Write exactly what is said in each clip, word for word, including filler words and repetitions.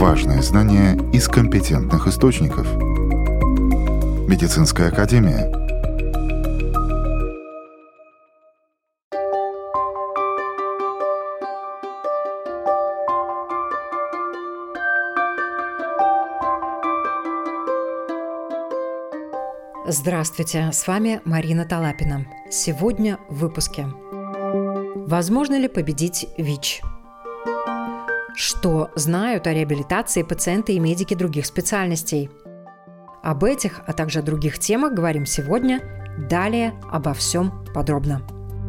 Важные знания из компетентных источников. Медицинская академия. Здравствуйте, с вами Марина Талапина. Сегодня в выпуске. Возможно ли победить ВИЧ? Что знают о реабилитации пациенты и медики других специальностей? Об этих, а также о других темах говорим сегодня. Далее обо всем подробно.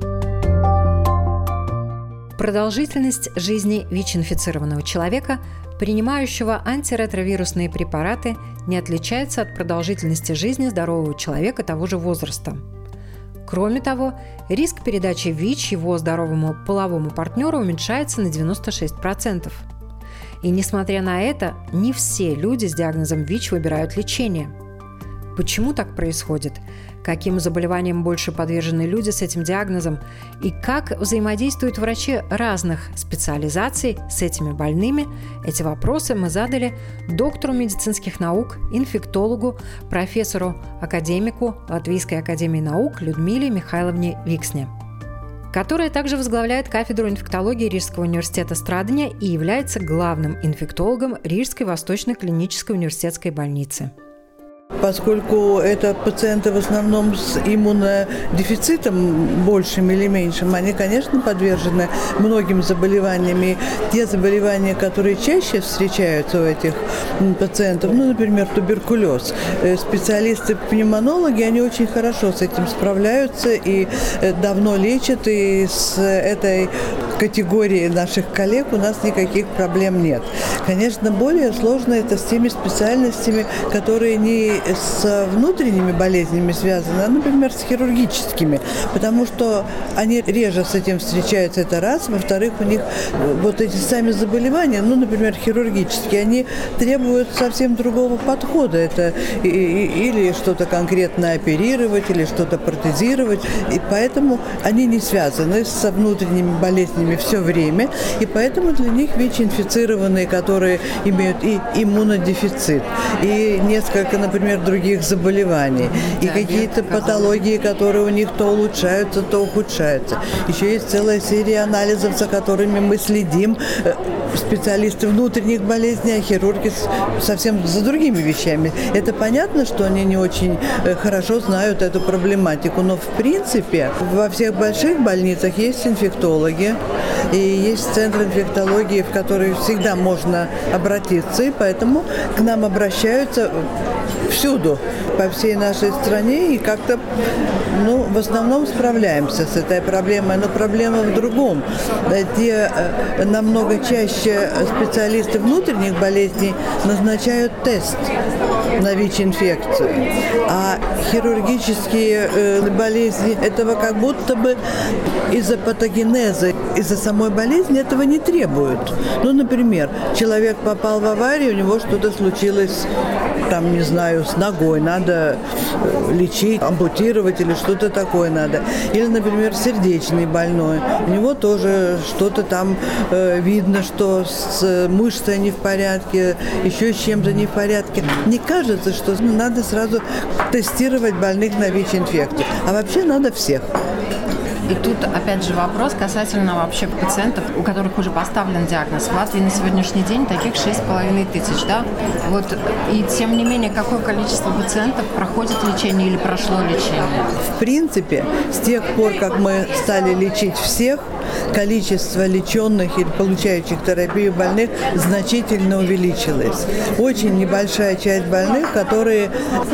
Продолжительность жизни ВИЧ-инфицированного человека, принимающего антиретровирусные препараты, не отличается от продолжительности жизни здорового человека того же возраста. Кроме того, риск передачи ВИЧ его здоровому половому партнеру уменьшается на девяносто шесть процентов. И несмотря на это, не все люди с диагнозом ВИЧ выбирают лечение. Почему так происходит? Каким заболеваниям больше подвержены люди с этим диагнозом? И как взаимодействуют врачи разных специализаций с этими больными? Эти вопросы мы задали доктору медицинских наук, инфектологу, профессору, академику Латвийской академии наук Людмиле Михайловне Виксне, которая также возглавляет кафедру инфектологии Рижского университета Страдания и является главным инфектологом Рижской Восточной клинической университетской больницы. Поскольку это пациенты в основном с иммунодефицитом большим или меньшим, они, конечно, подвержены многим заболеваниям. И те заболевания, которые чаще встречаются у этих пациентов, ну, например, туберкулез, специалисты-пневмонологи, они очень хорошо с этим справляются и давно лечат, и с этой категории наших коллег у нас никаких проблем нет. Конечно, более сложно это с теми специальностями, которые не с внутренними болезнями связаны, а, например, с хирургическими, потому что они реже с этим встречаются, это раз. Во-вторых, у них вот эти сами заболевания, ну, например, хирургические, они требуют совсем другого подхода. Это и, и, или что-то конкретно оперировать, или что-то протезировать, и поэтому они не связаны со внутренними болезнями все время, и поэтому для них ВИЧ-инфицированные, которые имеют и иммунодефицит, и несколько, например, других заболеваний, и какие-то патологии, которые у них то улучшаются, то ухудшаются. Еще есть целая серия анализов, за которыми мы следим, специалисты внутренних болезней, а хирурги совсем за другими вещами. Это понятно, что они не очень хорошо знают эту проблематику, но в принципе во всех больших больницах есть инфектологи, и есть центр инфектологии, в который всегда можно обратиться, и поэтому к нам обращаются всюду, по всей нашей стране, и как-то, ну, в основном справляемся с этой проблемой. Но проблема в другом. Те намного чаще специалисты внутренних болезней назначают тест на ВИЧ-инфекцию, а хирургические э, болезни этого как будто бы из-за патогенеза, из-за самой болезни этого не требуют. Ну, например, человек попал в аварию, у него что-то случилось, там, не знаю, с ногой, надо лечить, ампутировать или что-то такое надо. Или, например, сердечный больной, у него тоже что-то там э, видно, что с мышцей не в порядке, еще с чем-то не в порядке. Не кажется, что надо сразу тестировать больных на ВИЧ-инфекцию, а вообще надо всех. И тут, опять же, вопрос касательно вообще пациентов, у которых уже поставлен диагноз. В Латвии на сегодняшний день таких шесть с половиной тысяч, да? Вот, и тем не менее, какое количество пациентов проходит лечение или прошло лечение? В принципе, с тех пор, как мы стали лечить всех, количество леченных или получающих терапию больных значительно увеличилось. Очень небольшая часть больных, которые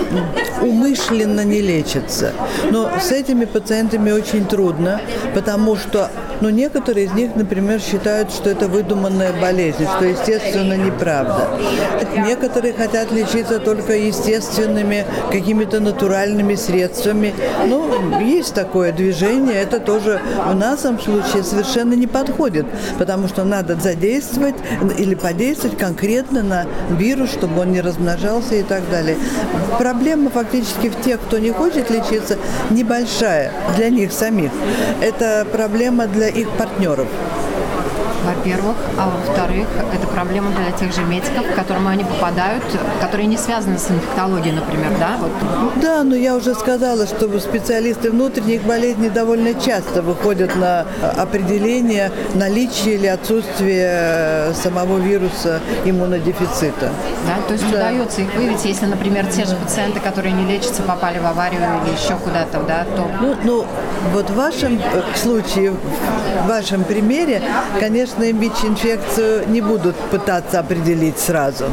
умышленно не лечатся. Но с этими пациентами очень трудно, потому что ну, некоторые из них, например, считают, что это выдуманная болезнь, что, естественно, неправда. Некоторые хотят лечиться только естественными, какими-то натуральными средствами. Ну, есть такое движение, это тоже в нашем случае совершенно не подходит, потому что надо задействовать или подействовать конкретно на вирус, чтобы он не размножался и так далее. Проблема фактически в тех, кто не хочет лечиться, небольшая для них самих. Это проблема для их партнеров. во-первых. А во-вторых, это проблема для тех же медиков, к которым они попадают, которые не связаны с инфектологией, например, да? Вот. Да, но я уже сказала, что специалисты внутренних болезней довольно часто выходят на определение наличия или отсутствия самого вируса иммунодефицита. Да, то есть да. Удается их выявить, если, например, те же пациенты, которые не лечатся, попали в аварию или еще куда-то, да, то... Ну, ну вот в вашем случае, в вашем примере, конечно, ВИЧ-инфекцию не будут пытаться определить сразу.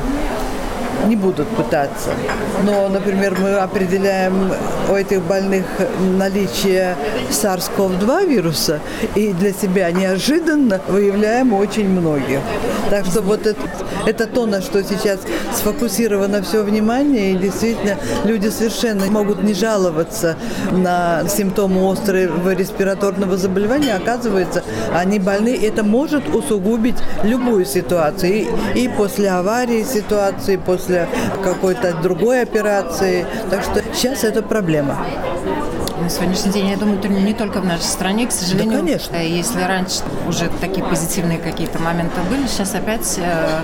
Не будут пытаться. Но, например, мы определяем у этих больных наличие сарс ков два вируса и для себя неожиданно выявляем очень многих. Так что вот это, это то, на что сейчас сфокусировано все внимание, и действительно люди совершенно могут не жаловаться на симптомы острого респираторного заболевания. Оказывается, они больны. Это может усугубить любую ситуацию. И, и после аварии ситуации, после какой-то другой операции. Так что сейчас это проблема. На сегодняшний день, я думаю, не только в нашей стране, к сожалению. Да, конечно. Если раньше уже такие позитивные какие-то моменты были, сейчас опять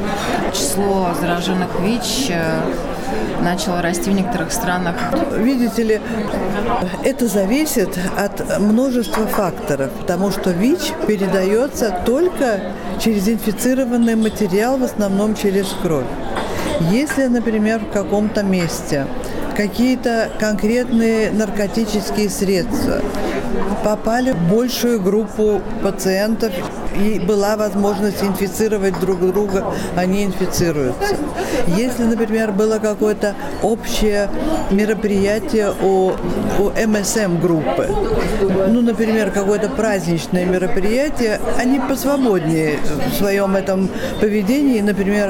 число зараженных ВИЧ начало расти в некоторых странах. Видите ли, это зависит от множества факторов, потому что ВИЧ передается только через инфицированный материал, в основном через кровь. Если, например, в каком-то месте какие-то конкретные наркотические средства попали в большую группу пациентов и была возможность инфицировать друг друга, они инфицируются. Если, например, было какое-то общее мероприятие у, у эм эс эм-группы, ну, например, какое-то праздничное мероприятие, они посвободнее в своем этом поведении. Например,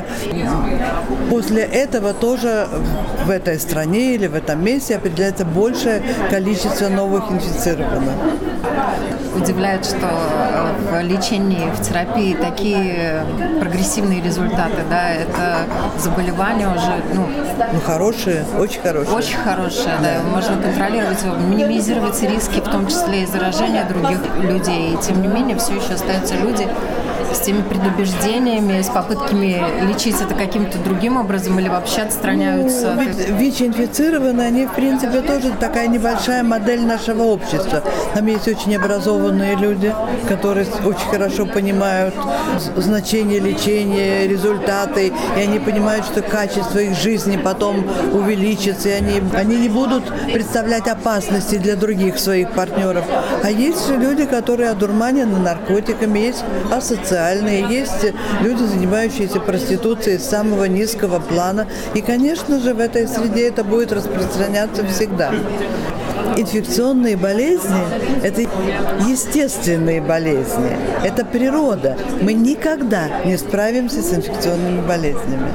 после этого тоже в этой стране или в этом месте определяется большее количество новых инфицированных. Удивляет, что в лечении, в терапии такие прогрессивные результаты, да, это заболевание уже, ну... Ну, хорошие, очень хорошие. Очень хорошие, да, можно контролировать его, минимизировать риски, в том числе и заражения других людей, и тем не менее все еще остаются люди с теми предубеждениями, с попытками лечить это каким-то другим образом или вообще отстраняются. Ну, ведь ВИЧ-инфицированные, они, в принципе, тоже такая небольшая модель нашего общества. Там есть очень образованные люди, которые очень хорошо понимают значение лечения, результаты, и они понимают, что качество их жизни потом увеличится, и они, они не будут представлять опасности для других своих партнеров. А есть же люди, которые одурманены наркотиками, есть асоциации, есть люди, занимающиеся проституцией с самого низкого плана. И, конечно же, в этой среде это будет распространяться всегда. Инфекционные болезни – это естественные болезни, это природа. Мы никогда не справимся с инфекционными болезнями.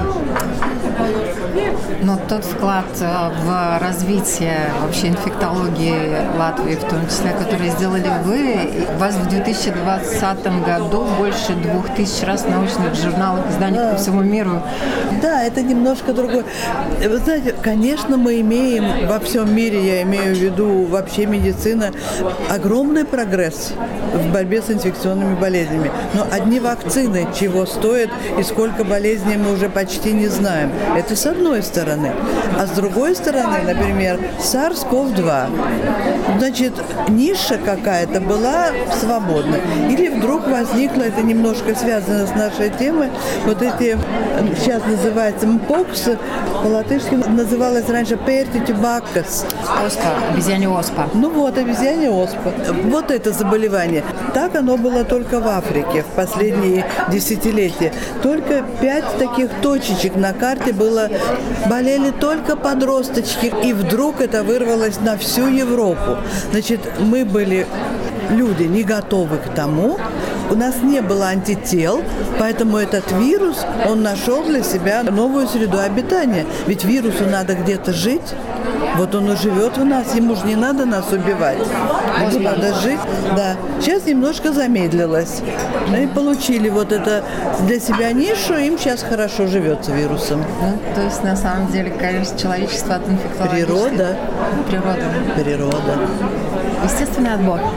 Но тот вклад в развитие вообще инфектологии Латвии, в том числе, который сделали вы, у вас в две тысячи двадцатом году больше двух тысяч раз в научных журналах, изданиях да. по всему миру. Да, это немножко другое. Вы знаете, конечно, мы имеем во всем мире, я имею в виду вообще медицина, огромный прогресс в борьбе с инфекционными болезнями. Но одни вакцины чего стоят и сколько болезней мы уже почти не знаем. Это с одной стороны. А с другой стороны, например, сарс ков два. Значит, ниша какая-то была свободна. Или вдруг возникла, это немножко связано с нашей темой, вот эти, сейчас называется мпокс, по-латышски называлось раньше пертитюбаккас. Оспа, обезьянья оспа. Ну вот, обезьянья оспа. Вот это заболевание. Так оно было только в Африке в последние десятилетия. Только пять таких точечек на карте было, болели только подросточки. И вдруг это вырвалось на всю Европу. Значит, мы были люди не готовы к тому. У нас не было антител, поэтому этот вирус, он нашел для себя новую среду обитания. Ведь вирусу надо где-то жить. Вот он и живет в нас, ему же не надо нас убивать. Ему надо жить. Да. Сейчас немножко замедлилось. И получили вот это для себя нишу, им сейчас хорошо живется вирусом. Ну, то есть, на самом деле, конечно, человечество от инфекционных... Природа. Природа. Природа. Естественный отбор.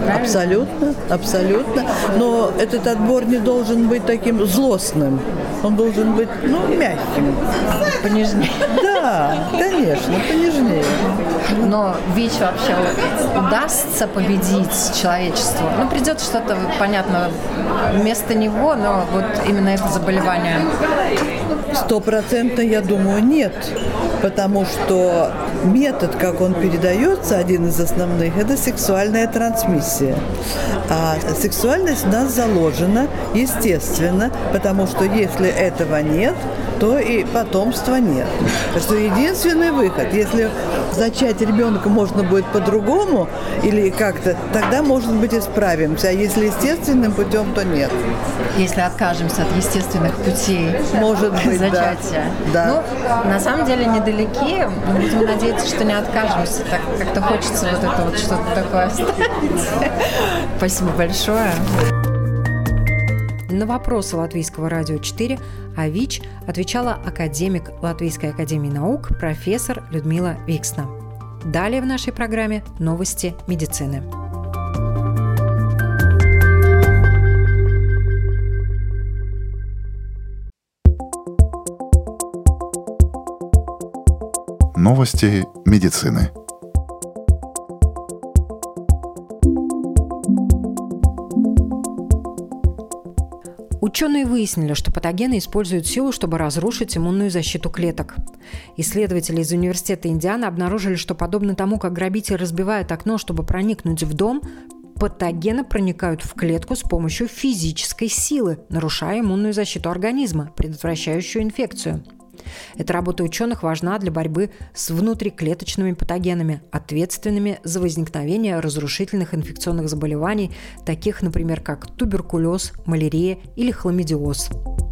правильно? Абсолютно, абсолютно. Но этот отбор не должен быть таким злостным. Он должен быть, ну, мягким. Понежнее. Да, конечно, понежнее. Но ВИЧ вообще удастся победить человечеству? Ну, придет что-то, понятно, вместо него, но вот именно это заболевание. Стопроцентно, я думаю, нет. Потому что метод, как он передается, один из основных, это сексуальная трансмиссия. А сексуальность в нас заложена, естественно, потому что если этого нет, то и потомства нет. Так что единственный выход, если зачать ребенка можно будет по-другому или как-то, тогда, может быть, исправимся. А если естественным путем, то нет. Если откажемся от естественных путей может быть, зачатия. Да. Ну, на самом деле, недалеки. Будем надеяться, что не откажемся. Так как-то хочется вот это вот что-то такое оставить. Спасибо большое. На вопросы Латвийского радио четыре о ВИЧ отвечала академик Латвийской академии наук профессор Людмила Виксна. Далее в нашей программе новости медицины. Новости медицины. Ученые выяснили, что патогены используют силу, чтобы разрушить иммунную защиту клеток. Исследователи из Университета Индианы обнаружили, что подобно тому, как грабитель разбивает окно, чтобы проникнуть в дом, патогены проникают в клетку с помощью физической силы, нарушая иммунную защиту организма, предотвращающую инфекцию. Эта работа ученых важна для борьбы с внутриклеточными патогенами, ответственными за возникновение разрушительных инфекционных заболеваний, таких, например, как туберкулез, малярия или хламидиоз.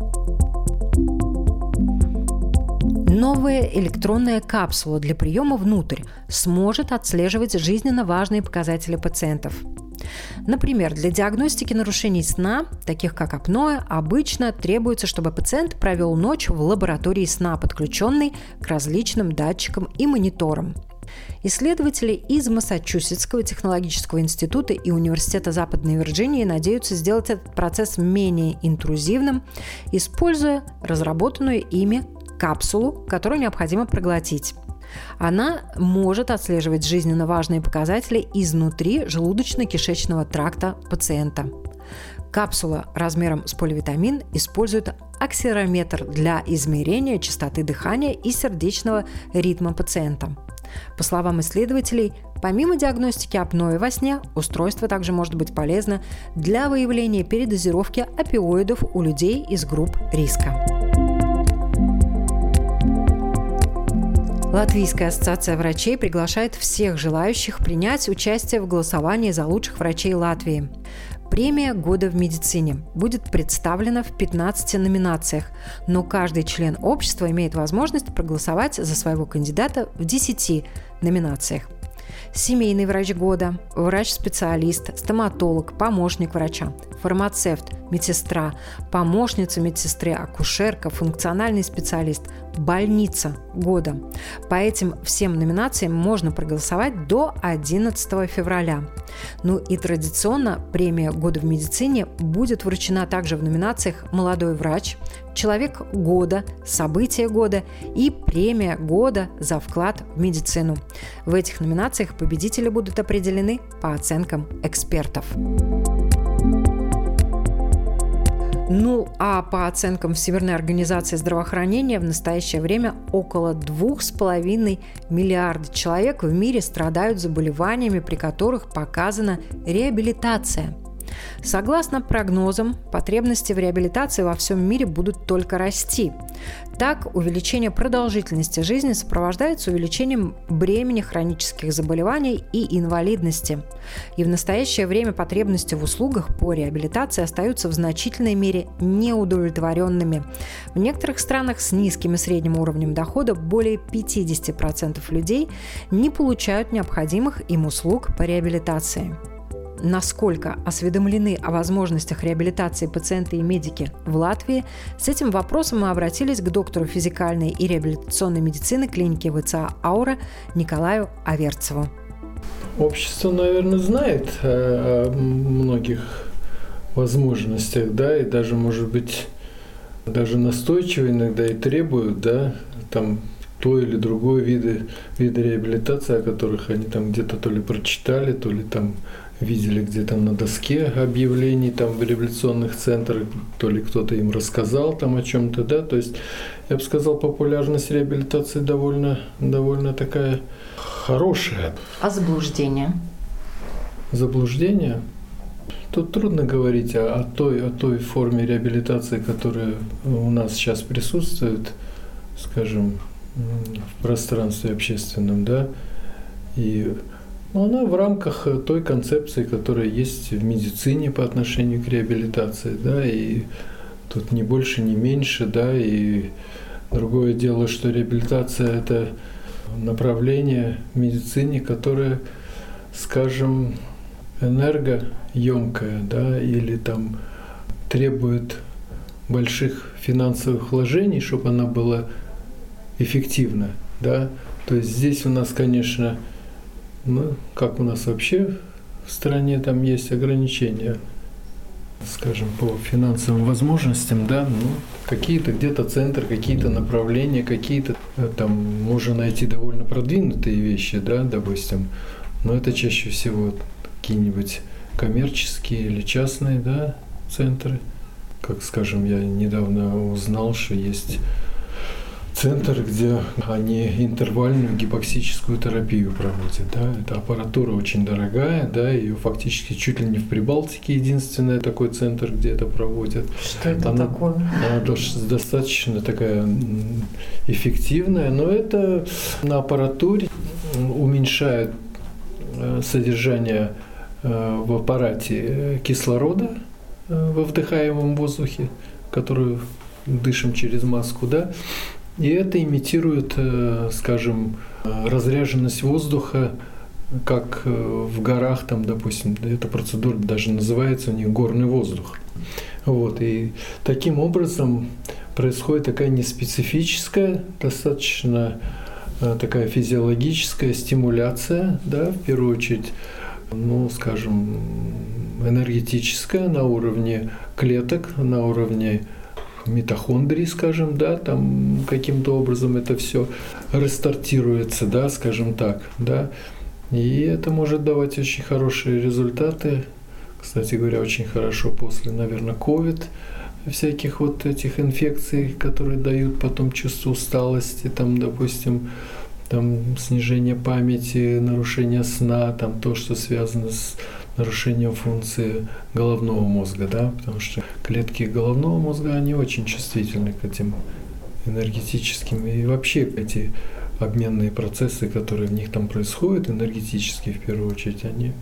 Новая электронная капсула для приема внутрь сможет отслеживать жизненно важные показатели пациентов. Например, для диагностики нарушений сна, таких как апноэ, обычно требуется, чтобы пациент провел ночь в лаборатории сна, подключенной к различным датчикам и мониторам. Исследователи из Массачусетского технологического института и Университета Западной Вирджинии надеются сделать этот процесс менее интрузивным, используя разработанную ими капсулу, которую необходимо проглотить. Она может отслеживать жизненно важные показатели изнутри желудочно-кишечного тракта пациента. Капсула размером с поливитамин использует акселерометр для измерения частоты дыхания и сердечного ритма пациента. По словам исследователей, помимо диагностики апноэ во сне, устройство также может быть полезно для выявления передозировки опиоидов у людей из групп риска. Латвийская ассоциация врачей приглашает всех желающих принять участие в голосовании за лучших врачей Латвии. Премия года в медицине будет представлена в пятнадцати номинациях, но каждый член общества имеет возможность проголосовать за своего кандидата в десяти номинациях. Семейный врач года, врач-специалист, стоматолог, помощник врача, фармацевт, медсестра, помощница медсестры, акушерка, функциональный специалист, больница года. По этим всем номинациям можно проголосовать до одиннадцатого февраля. Ну и традиционно премия года в медицине будет вручена также в номинациях «Молодой врач», «Человек года», «Событие года» и «Премия года за вклад в медицину». В этих номинациях победители будут определены по оценкам экспертов. Ну, а по оценкам Всемирной организации здравоохранения в настоящее время около двух с половиной миллиардов человек в мире страдают заболеваниями, при которых показана реабилитация. Согласно прогнозам, потребности в реабилитации во всем мире будут только расти. Так, увеличение продолжительности жизни сопровождается увеличением бремени хронических заболеваний и инвалидности. И в настоящее время потребности в услугах по реабилитации остаются в значительной мере неудовлетворенными. В некоторых странах с низким и средним уровнем дохода более пятьдесят процентов людей не получают необходимых им услуг по реабилитации. Насколько осведомлены о возможностях реабилитации пациенты и медики в Латвии, с этим вопросом мы обратились к доктору физикальной и реабилитационной медицины клиники ВЦА «Аура» Николаю Аверцеву. Общество, наверное, знает о, о многих возможностях, да, и даже, может быть, даже настойчиво иногда и требуют, да, там то или другое виды, виды реабилитации, о которых они там где-то то ли прочитали, то ли там видели где-то на доске объявлений там в реабилитационных центрах, то ли кто-то им рассказал там о чем-то, да, то есть, я бы сказал, популярность реабилитации довольно, довольно такая хорошая. А заблуждение? Заблуждение? Тут трудно говорить о, о, той, о той форме реабилитации, которая у нас сейчас присутствует, скажем, в пространстве общественном, да, и она в рамках той концепции, которая есть в медицине по отношению к реабилитации, да, и тут ни больше, ни меньше, да, и другое дело, что реабилитация – это направление в медицине, которое, скажем, энергоемкое, да, или там требует больших финансовых вложений, чтобы она была эффективна, да. То есть здесь у нас, конечно, ну, как у нас вообще в стране, там есть ограничения, скажем, по финансовым возможностям, да, ну, какие-то где-то центры, какие-то направления, какие-то там можно найти довольно продвинутые вещи, да, допустим, но это чаще всего какие-нибудь коммерческие или частные, да, центры. Как, скажем, я недавно узнал, что есть центр, где они интервальную гипоксическую терапию проводят. Да. Эта аппаратура очень дорогая, да, ее фактически чуть ли не в Прибалтике единственный такой центр, где это проводят. Что это она, такое? Она достаточно такая эффективная, но это на аппаратуре уменьшает содержание в аппарате кислорода во вдыхаемом воздухе, который дышим через маску, да, и это имитирует, скажем, разряженность воздуха, как в горах, там, допустим, эта процедура даже называется у них горный воздух. Вот, и таким образом происходит такая неспецифическая, достаточно такая физиологическая стимуляция, да, в первую очередь, ну, скажем, энергетическая на уровне клеток, на уровне митохондрий, скажем, да, там каким-то образом это все рестартируется, да, скажем так, да, и это может давать очень хорошие результаты. Кстати говоря, очень хорошо после, наверное, ковид, всяких вот этих инфекций, которые дают потом чувство усталости, там, допустим, там снижение памяти, нарушение сна, там то, что связано с нарушением функции головного мозга, да, потому что клетки головного мозга, они очень чувствительны к этим энергетическим, и вообще эти обменные процессы, которые в них там происходят, энергетические в первую очередь, они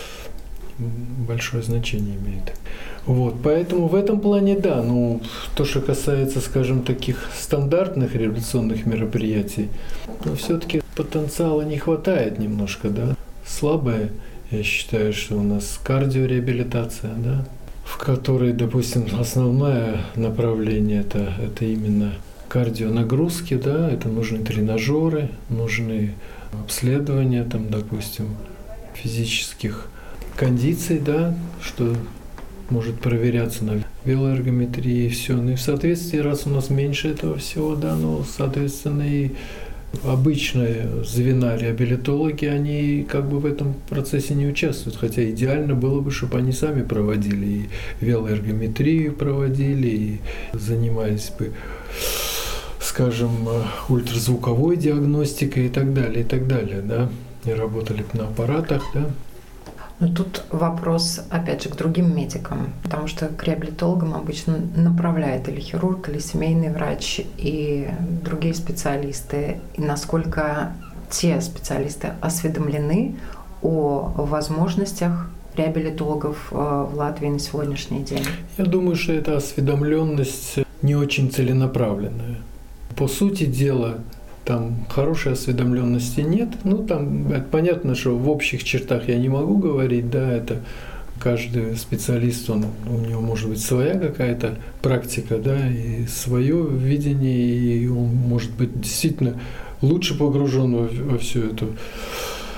большое значение имеют. Вот, поэтому в этом плане, да, ну, то, что касается, скажем, таких стандартных реабилитационных мероприятий, но все-таки потенциала не хватает немножко, да, слабая. Я считаю, что у нас кардиореабилитация, да, в которой, допустим, основное направление это, это именно кардионагрузки, да, это нужны тренажеры, нужны обследования, там, допустим, физических кондиций, да, что может проверяться на велоэргометрии и все. Ну и в соответствии, раз у нас меньше этого всего, да, ну, соответственно, и обычные звена реабилитологи, они как бы в этом процессе не участвуют, хотя идеально было бы, чтобы они сами проводили и велоэргометрию проводили, и занимались бы, скажем, ультразвуковой диагностикой и так далее, и так далее, да, и работали бы на аппаратах, да. Но тут вопрос, опять же, к другим медикам, потому что к реабилитологам обычно направляет или хирург, или семейный врач, и другие специалисты. И насколько те специалисты осведомлены о возможностях реабилитологов в Латвии на сегодняшний день? Я думаю, что эта осведомленность не очень целенаправленная. По сути дела, там хорошей осведомленности нет. Ну, там это понятно, что в общих чертах я не могу говорить, да, это каждый специалист, он, у него может быть своя какая-то практика, да, и свое видение, и он может быть действительно лучше погружен во, во всю эту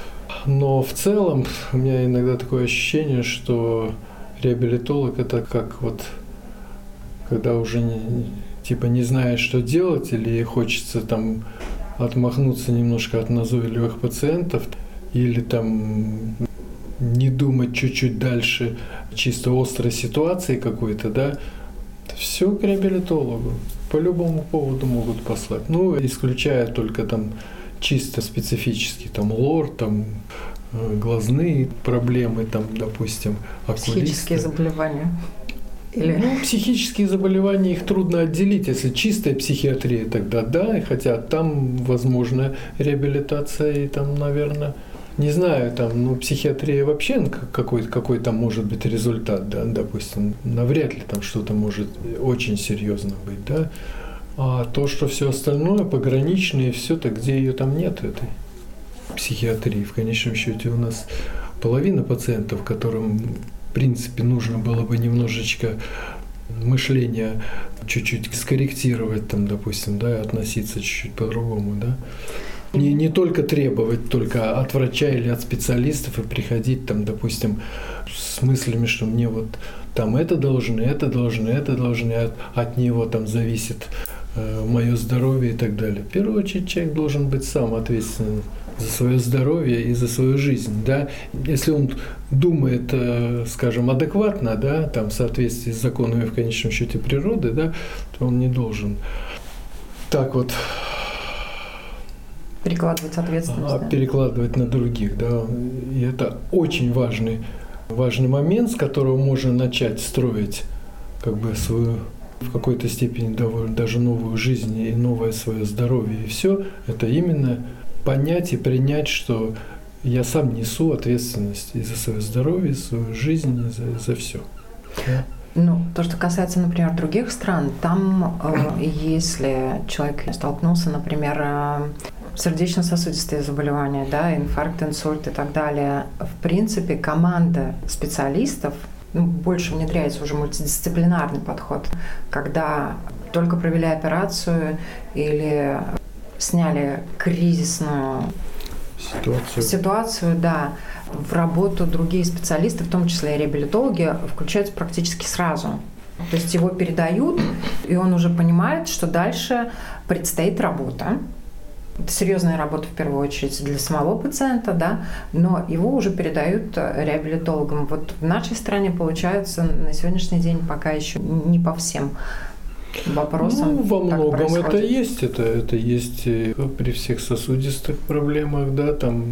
Но в целом у меня иногда такое ощущение, что реабилитолог – это как вот, когда уже не, типа не знаешь, что делать, или хочется там отмахнуться немножко от назойливых пациентов, или там не думать чуть-чуть дальше чисто острой ситуации какой-то, да, все к реабилитологу. По любому поводу могут послать. Ну, исключая только там чисто специфический, там лор, там глазные проблемы, там, допустим, окулисты. Психические заболевания. Или... Ну, психические заболевания, их трудно отделить. Если чистая психиатрия, тогда да, хотя там возможна реабилитация и там, наверное, не знаю, там, ну, психиатрия вообще какой, какой там может быть результат, да, допустим, навряд ли там что-то может очень серьезно быть, да. А то, что все остальное, пограничные, все-то, где ее там нет, этой психиатрии, в конечном счете у нас половина пациентов, которым, в принципе, нужно было бы немножечко мышление чуть-чуть скорректировать, там, допустим, да, относиться чуть-чуть по-другому, да. Не, не только требовать только от врача или от специалистов и приходить там, допустим, с мыслями, что мне вот там это должны, это должны, это должны, от, от него там зависит э, мое здоровье и так далее. В первую очередь человек должен быть сам ответственным за свое здоровье и за свою жизнь, да. Если он думает, э, скажем, адекватно, да, там в соответствии с законами в конечном счете природы, да, то он не должен так вот перекладывать ответственность. А, да? Перекладывать на других, да. И это очень важный, важный момент, с которого можно начать строить как бы свою в какой-то степени даже новую жизнь и новое свое здоровье. И все это именно понять и принять, что я сам несу ответственность и за свое здоровье, и за свою жизнь, и за, за все. Да? Ну, то, что касается, например, других стран, там, э, если человек столкнулся, например, э, сердечно-сосудистые заболевания, да, инфаркт, инсульт и так далее, в принципе, команда специалистов, ну, больше внедряется уже мультидисциплинарный подход, когда только провели операцию или сняли кризисную ситуацию, ситуацию, да, в работу другие специалисты, в том числе и реабилитологи, включаются практически сразу. То есть его передают, и он уже понимает, что дальше предстоит работа. Это серьезная работа в первую очередь для самого пациента, да, но его уже передают реабилитологам. Вот в нашей стране получается на сегодняшний день пока еще не по всем вопросам. Ну, во многом происходит. это есть. Это, это есть при всех сосудистых проблемах, да, там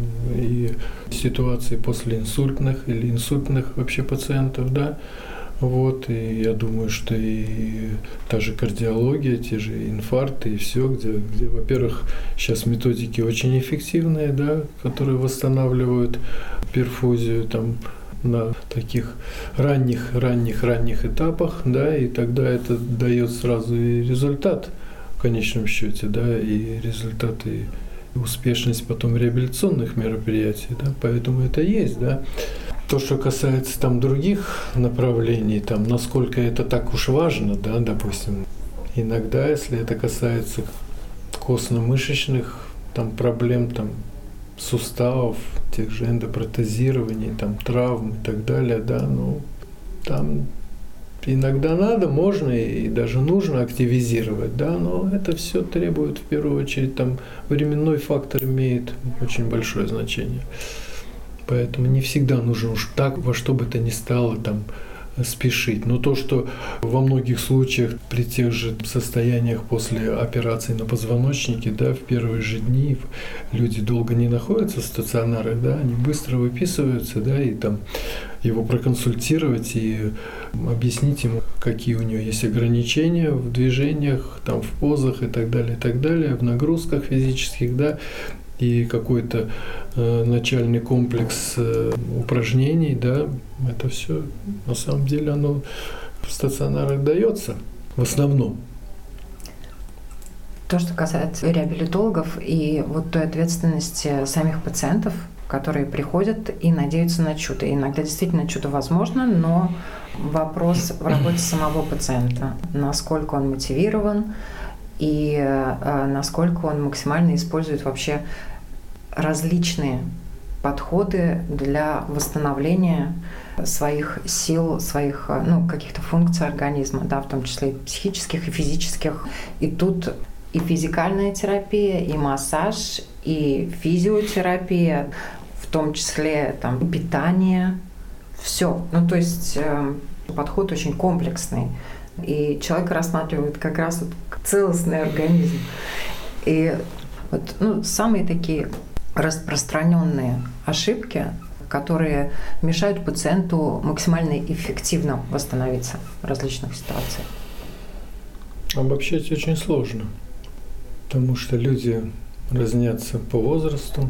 и ситуации после инсультных или инсультных вообще пациентов, да. Вот, и я думаю, что и та же кардиология, те же инфаркты и все, где, где, во-первых, сейчас методики очень эффективные, да, которые восстанавливают перфузию там на таких ранних, ранних, ранних этапах, да, и тогда это дает сразу и результат в конечном счете, да, и результаты, и успешность потом реабилитационных мероприятий, да, поэтому это есть, да. То, что касается там других направлений, там, насколько это так уж важно, да, допустим, иногда, если это касается костно-мышечных там, проблем, там, суставов, тех же эндопротезирований, там, травм и так далее, да, ну, там иногда надо, можно и даже нужно активизировать, да, но это все требует, в первую очередь, там, временной фактор имеет очень большое значение. Поэтому не всегда нужно уж так, во что бы то ни стало там спешить. Но то, что во многих случаях при тех же состояниях после операции на позвоночнике, да, в первые же дни люди долго не находятся в стационарах, да, они быстро выписываются, да, и там его проконсультировать и объяснить ему, какие у него есть ограничения в движениях, там, в позах и так далее, и так далее, в нагрузках физических, да, и какой-то э, начальный комплекс э, упражнений, да, это все на самом деле оно в стационарах дается в основном. То, что касается реабилитологов и вот той ответственности самих пациентов, которые приходят и надеются на чудо. И иногда действительно чудо возможно, но вопрос в работе самого пациента, насколько он мотивирован, и э, насколько он максимально использует вообще различные подходы для восстановления своих сил, своих, ну, каких-то функций организма, да, в том числе и психических, и физических. И тут и физикальная терапия, и массаж, и физиотерапия, в том числе там, питание, все. Ну, то есть э, подход очень комплексный. И человек рассматривает как раз вот целостный организм. И вот, ну, самые такие распространенные ошибки, которые мешают пациенту максимально эффективно восстановиться в различных ситуациях. Обобщать очень сложно, потому что люди разнятся по возрасту,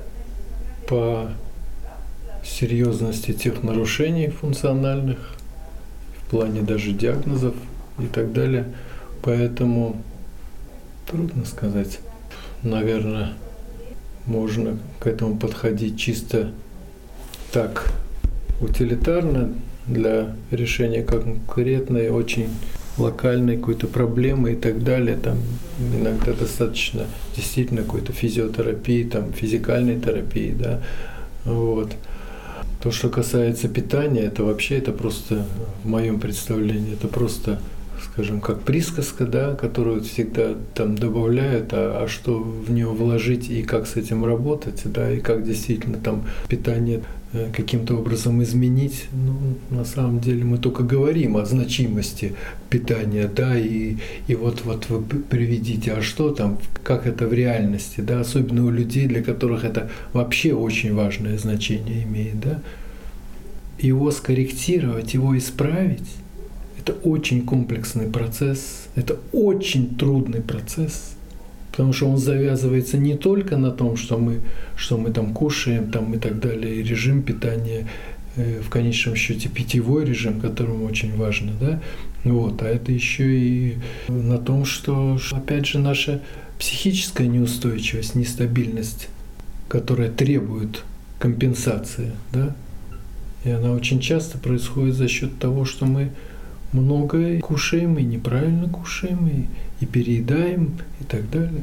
по серьезности тех нарушений функциональных, в плане даже диагнозов и так далее. Поэтому трудно сказать. Наверное, можно к этому подходить чисто так утилитарно для решения конкретной, очень локальной какой-то проблемы и так далее. Там иногда достаточно действительно какой-то физиотерапии, там, физикальной терапии, да, вот. То, что касается питания, это вообще, это просто, в моем представлении, это просто, скажем, как присказка, да, которую всегда там добавляют, а, а что в нее вложить и как с этим работать, да, и как действительно там питание каким-то образом изменить. Ну, на самом деле мы только говорим о значимости питания, да, и, и вот, вот вы приведите, а что там, как это в реальности, да, особенно у людей, для которых это вообще очень важное значение имеет, да. Его скорректировать, его исправить, это очень комплексный процесс, это очень трудный процесс, потому что он завязывается не только на том, что мы, что мы там кушаем там, и так далее, и режим питания, э, в конечном счете питьевой режим, которому очень важно, да, вот, а это еще и на том, что, опять же, наша психическая неустойчивость, нестабильность, которая требует компенсации, да, и она очень часто происходит за счет того, что мы много кушаем и неправильно кушаем, и, и переедаем и так далее.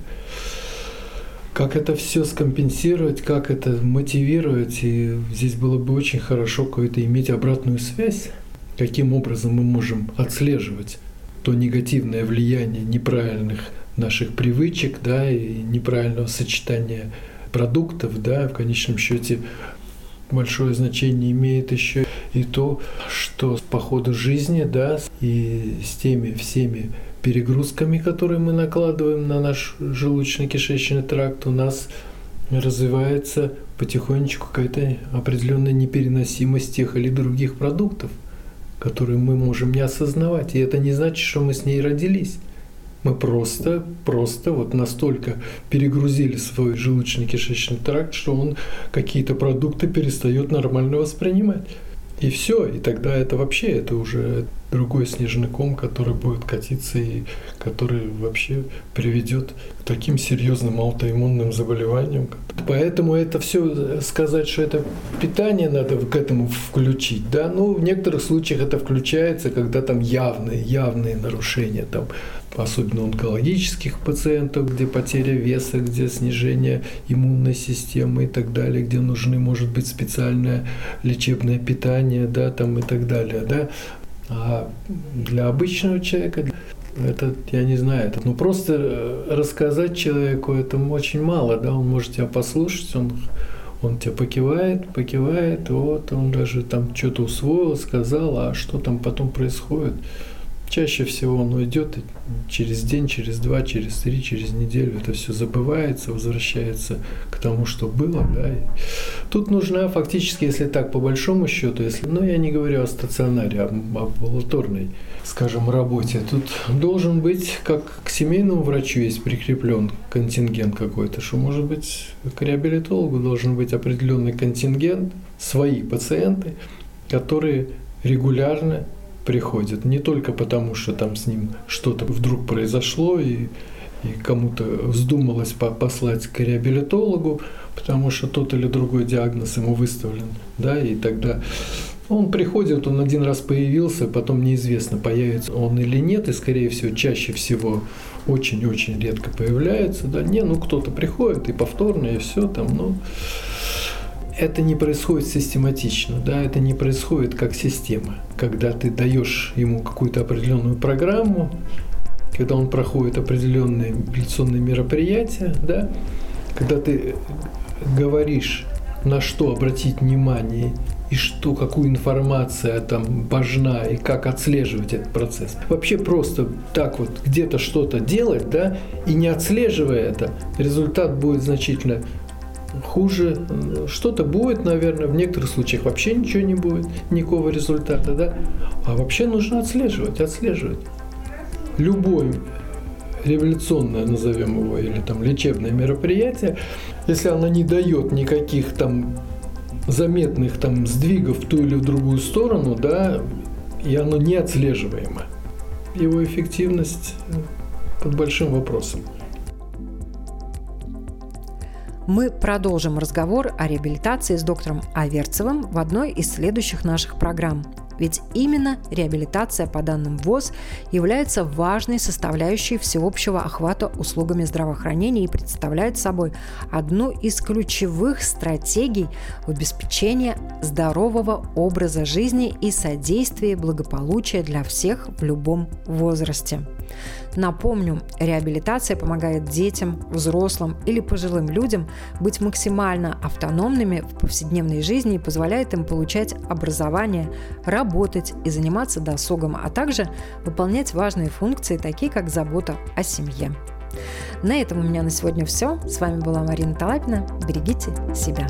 Как это все скомпенсировать, как это мотивировать, и здесь было бы очень хорошо какое-то иметь обратную связь, каким образом мы можем отслеживать то негативное влияние неправильных наших привычек, да, и неправильного сочетания продуктов, да, в конечном счете большое значение имеет еще и то, что по ходу жизни, да, и с теми всеми перегрузками, которые мы накладываем на наш желудочно-кишечный тракт, у нас развивается потихонечку какая-то определенная непереносимость тех или других продуктов, которые мы можем не осознавать. И это не значит, что мы с ней родились. Мы просто, просто вот настолько перегрузили свой желудочно-кишечный тракт, что он какие-то продукты перестает нормально воспринимать. И все, и тогда это вообще, это уже другой снежный ком, который будет катиться и который вообще приведет к таким серьезным аутоиммунным заболеваниям. Поэтому это все сказать, что это питание надо к этому включить, да, ну в некоторых случаях это включается, когда там явные, явные нарушения, там, особенно у онкологических пациентов, где потеря веса, где снижение иммунной системы и так далее, где нужны, может быть, специальное лечебное питание, да, там и так далее, да. А для обычного человека это, я не знаю, это, ну просто рассказать человеку это очень мало, да, он может тебя послушать, он Он тебя покивает, покивает, вот он даже там что-то усвоил, сказал, а что там потом происходит. Чаще всего он уйдет, и через день, через два, через три, через неделю это все забывается, возвращается к тому, что было. Да. И тут нужна фактически, если так по большому счету, если, ну я не говорю о стационаре, а об амбулаторной, скажем, работе, тут должен быть, как к семейному врачу есть прикреплен контингент какой-то, что, может быть, к реабилитологу должен быть определенный контингент, свои пациенты, которые регулярно приходят. Не только потому, что там с ним что-то вдруг произошло и, и кому-то вздумалось послать к реабилитологу, потому что тот или другой диагноз ему выставлен, да, и тогда он приходит, он один раз появился, потом неизвестно, появится он или нет, и, скорее всего, чаще всего очень-очень редко появляется, да, не, ну кто-то приходит и повторно, и все там, ну. это не происходит систематично, да, это не происходит как система, когда ты даешь ему какую-то определенную программу, когда он проходит определенные реабилитационные мероприятия, да, когда ты говоришь, на что обратить внимание и что, какую информация там важна и как отслеживать этот процесс. Вообще просто так вот где-то что-то делать, да, и не отслеживая это, результат будет значительно хуже. Что-то будет, наверное, в некоторых случаях вообще ничего не будет, никакого результата, да. А вообще нужно отслеживать, отслеживать. Любое реабилитационное, назовем его, или там лечебное мероприятие, если оно не дает никаких там заметных там сдвигов в ту или в другую сторону, да, и оно не отслеживаемо, его эффективность под большим вопросом. Мы продолжим разговор о реабилитации с доктором Аверцевым в одной из следующих наших программ. Ведь именно реабилитация по данным ВОЗ является важной составляющей всеобщего охвата услугами здравоохранения и представляет собой одну из ключевых стратегий в обеспечении здорового образа жизни и содействии благополучия для всех в любом возрасте. Напомню, реабилитация помогает детям, взрослым или пожилым людям быть максимально автономными в повседневной жизни и позволяет им получать образование, работать и заниматься досугом, а также выполнять важные функции, такие как забота о семье. На этом у меня на сегодня все. С вами была Марина Талапина. Берегите себя.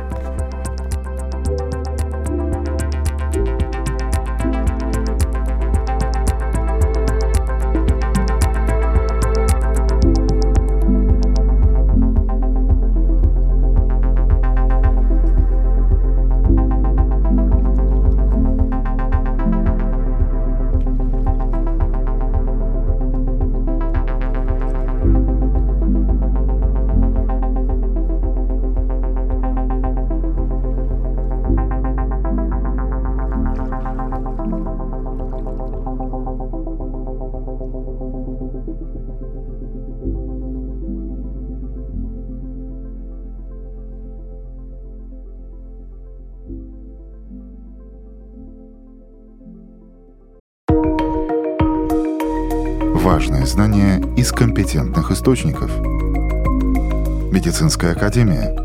Важные знания из компетентных источников. Медицинская академия.